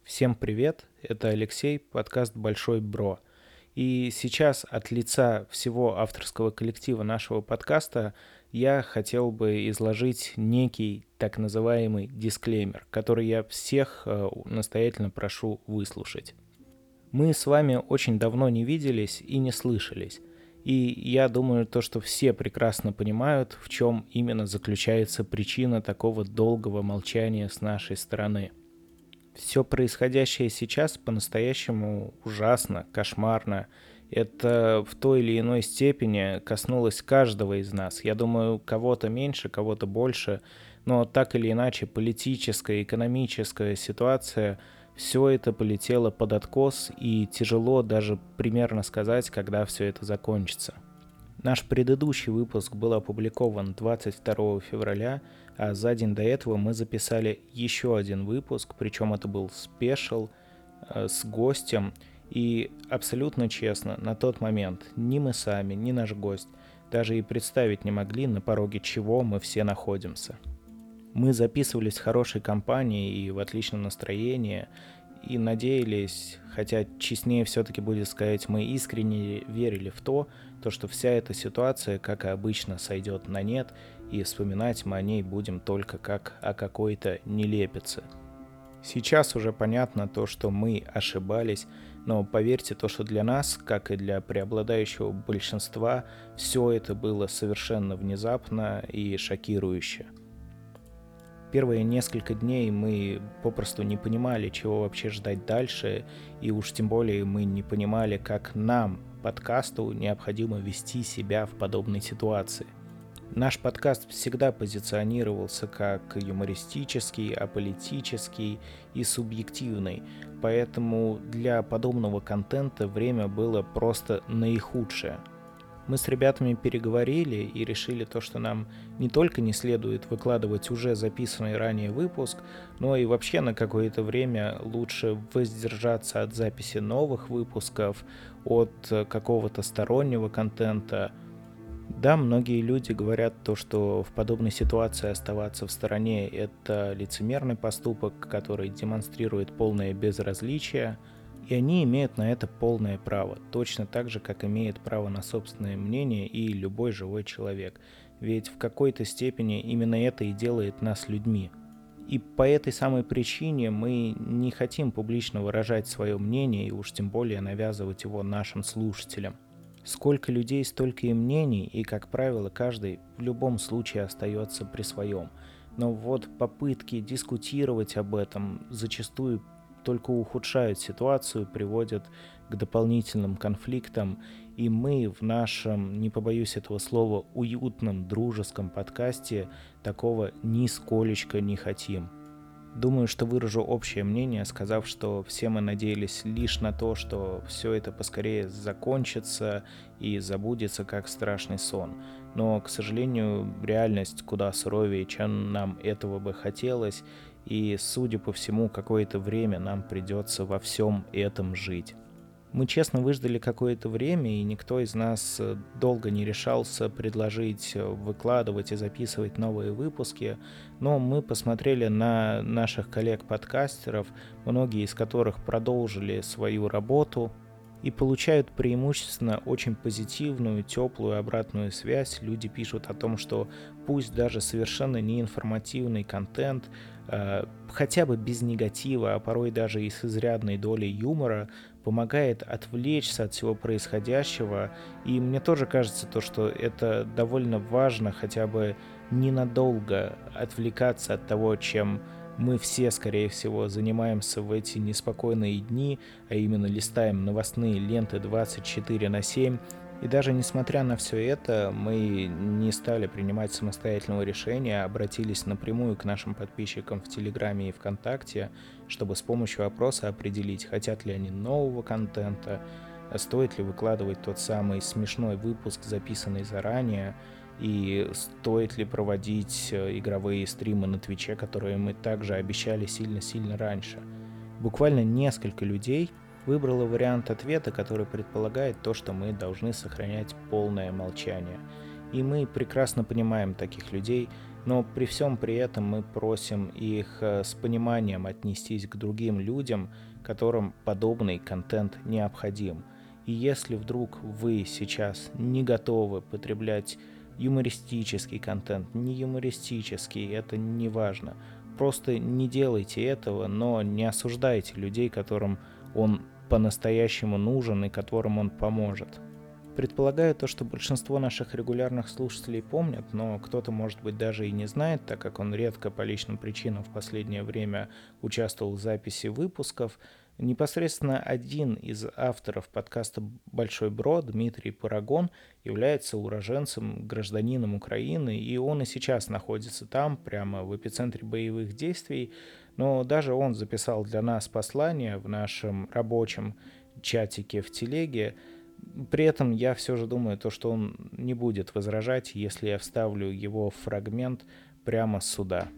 Всем привет, это Алексей, подкаст «Большой Бро». И сейчас от лица всего авторского коллектива нашего подкаста я хотел бы изложить некий так называемый дисклеймер, который я всех настоятельно прошу выслушать. Мы с вами очень давно не виделись и не слышались. И я думаю, что все прекрасно понимают, в чем именно заключается причина такого долгого молчания с нашей стороны. Все происходящее сейчас по-настоящему ужасно, кошмарно. Это в той или иной степени коснулось каждого из нас. Я думаю, кого-то меньше, кого-то больше, но так или иначе политическая, экономическая ситуация, все это полетело под откос, и тяжело даже примерно сказать, когда все это закончится. Наш предыдущий выпуск был опубликован 22 февраля, а за день до этого мы записали еще один выпуск, причем это был спешл с гостем. И абсолютно честно, на тот момент ни мы сами, ни наш гость даже и представить не могли, на пороге чего мы все находимся. Мы записывались в хорошей компании и в отличном настроении, и надеялись, хотя честнее все-таки будет сказать, мы искренне верили в то, что вся эта ситуация, как и обычно, сойдет на нет, и вспоминать мы о ней будем только как о какой-то нелепице. Сейчас уже понятно что мы ошибались, но поверьте что для нас, как и для преобладающего большинства, все это было совершенно внезапно и шокирующе. Первые несколько дней мы попросту не понимали, чего вообще ждать дальше, и уж тем более мы не понимали, как нам, подкасту, необходимо вести себя в подобной ситуации. Наш подкаст всегда позиционировался как юмористический, аполитический и субъективный, поэтому для подобного контента время было просто наихудшее. Мы с ребятами переговорили и решили что нам не только не следует выкладывать уже записанный ранее выпуск, но и вообще на какое-то время лучше воздержаться от записи новых выпусков, от какого-то стороннего контента. Да, многие люди говорят что в подобной ситуации оставаться в стороне – это лицемерный поступок, который демонстрирует полное безразличие, и они имеют на это полное право, точно так же, как имеет право на собственное мнение и любой живой человек. Ведь в какой-то степени именно это и делает нас людьми. И по этой самой причине мы не хотим публично выражать свое мнение и уж тем более навязывать его нашим слушателям. Сколько людей, столько и мнений, и, как правило, каждый в любом случае остается при своем. Но вот попытки дискутировать об этом зачастую только ухудшают ситуацию, приводят к дополнительным конфликтам, и мы в нашем, не побоюсь этого слова, уютном, дружеском подкасте такого нисколечко не хотим. Думаю, что выражу общее мнение, сказав, что все мы надеялись лишь на то, что все это поскорее закончится и забудется как страшный сон. Но, к сожалению, реальность куда суровее, чем нам этого бы хотелось, и, судя по всему, какое-то время нам придется во всем этом жить. Мы честно выждали какое-то время, и никто из нас долго не решался предложить выкладывать и записывать новые выпуски, но мы посмотрели на наших коллег-подкастеров, многие из которых продолжили свою работу и получают преимущественно очень позитивную, теплую обратную связь. Люди пишут о том, что пусть даже совершенно неинформативный контент, хотя бы без негатива, а порой даже и с изрядной долей юмора, помогает отвлечься от всего происходящего. И мне тоже кажется что это довольно важно хотя бы ненадолго отвлекаться от того, чем мы все, скорее всего, занимаемся в эти неспокойные дни, а именно листаем новостные ленты 24/7. И даже несмотря на все это, мы не стали принимать самостоятельного решения, обратились напрямую к нашим подписчикам в Телеграме и ВКонтакте, чтобы с помощью опроса определить, хотят ли они нового контента, стоит ли выкладывать тот самый смешной выпуск, записанный заранее, и стоит ли проводить игровые стримы на Твиче, которые мы также обещали сильно-сильно раньше. Буквально несколько людей выбрала вариант ответа, который предполагает что мы должны сохранять полное молчание. И мы прекрасно понимаем таких людей, но при всем при этом мы просим их с пониманием отнестись к другим людям, которым подобный контент необходим. И если вдруг вы сейчас не готовы потреблять юмористический контент, не юмористический, это не важно. Просто не делайте этого, но не осуждайте людей, которым он по-настоящему нужен и которым он поможет. Предполагаю то, что большинство наших регулярных слушателей помнят, но кто-то, может быть, даже и не знает, так как он редко по личным причинам в последнее время участвовал в записи выпусков. Непосредственно один из авторов подкаста «Большой Бро», Дмитрий Парагон, является уроженцем, гражданином Украины, и он и сейчас находится там, прямо в эпицентре боевых действий, но даже он записал для нас послание в нашем рабочем чатике в телеге. При этом я все же думаю, то, что он не будет возражать, если я вставлю его фрагмент прямо сюда.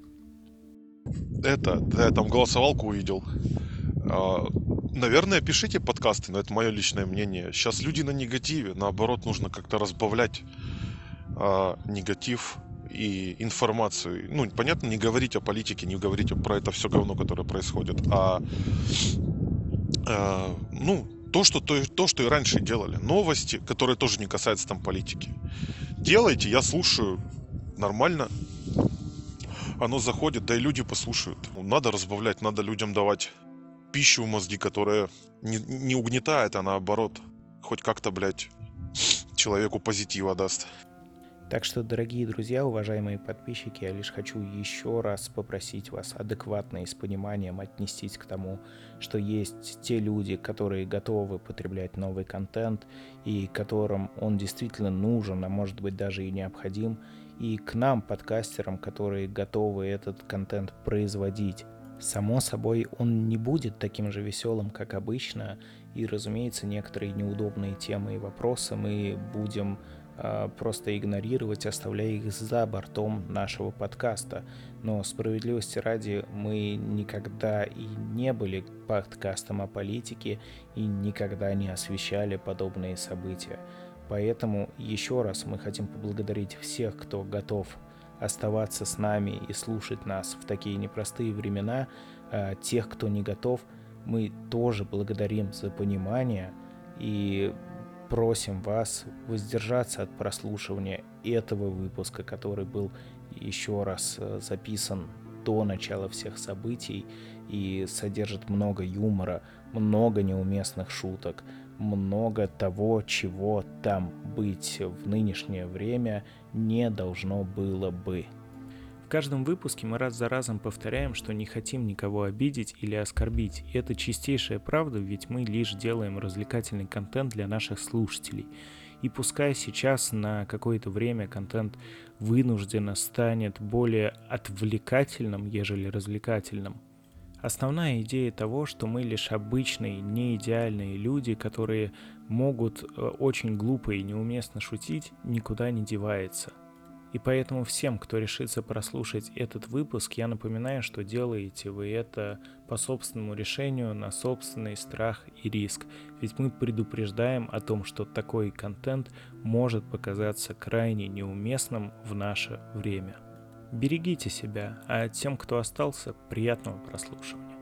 Я там голосовалку увидел. Наверное, пишите подкасты, но это мое личное мнение. Сейчас люди на негативе, наоборот, нужно как-то разбавлять негатив и информацию. Ну, понятно, не говорить о политике, не говорить про это все говно, которое происходит, то, что и раньше делали. Новости, которые тоже не касаются там политики. Делайте, я слушаю, нормально. Оно заходит, да и люди послушают. Надо разбавлять, надо людям давать пищу в мозги, которая не угнетает, а наоборот, хоть как-то, человеку позитива даст. Так что, дорогие друзья, уважаемые подписчики, я лишь хочу еще раз попросить вас адекватно и с пониманием отнестись к тому, что есть те люди, которые готовы потреблять новый контент и которым он действительно нужен, а может быть даже и необходим, и к нам, подкастерам, которые готовы этот контент производить. Само собой, он не будет таким же веселым, как обычно, и, разумеется, некоторые неудобные темы и вопросы мы будем просто игнорировать, оставляя их за бортом нашего подкаста. Но справедливости ради, мы никогда и не были подкастом о политике и никогда не освещали подобные события. Поэтому еще раз мы хотим поблагодарить всех, кто готов оставаться с нами и слушать нас в такие непростые времена. Тех, кто не готов, мы тоже благодарим за понимание и просим вас воздержаться от прослушивания этого выпуска, который был еще раз записан до начала всех событий и содержит много юмора, много неуместных шуток, много того, чего там быть в нынешнее время не должно было бы. В каждом выпуске мы раз за разом повторяем, что не хотим никого обидеть или оскорбить. И это чистейшая правда, ведь мы лишь делаем развлекательный контент для наших слушателей. И пускай сейчас на какое-то время контент вынужденно станет более отвлекательным, ежели развлекательным, основная идея того, что мы лишь обычные, неидеальные люди, которые могут очень глупо и неуместно шутить, никуда не девается. И поэтому всем, кто решится прослушать этот выпуск, я напоминаю, что делаете вы это по собственному решению, на собственный страх и риск. Ведь мы предупреждаем о том, что такой контент может показаться крайне неуместным в наше время. Берегите себя, а тем, кто остался, приятного прослушивания.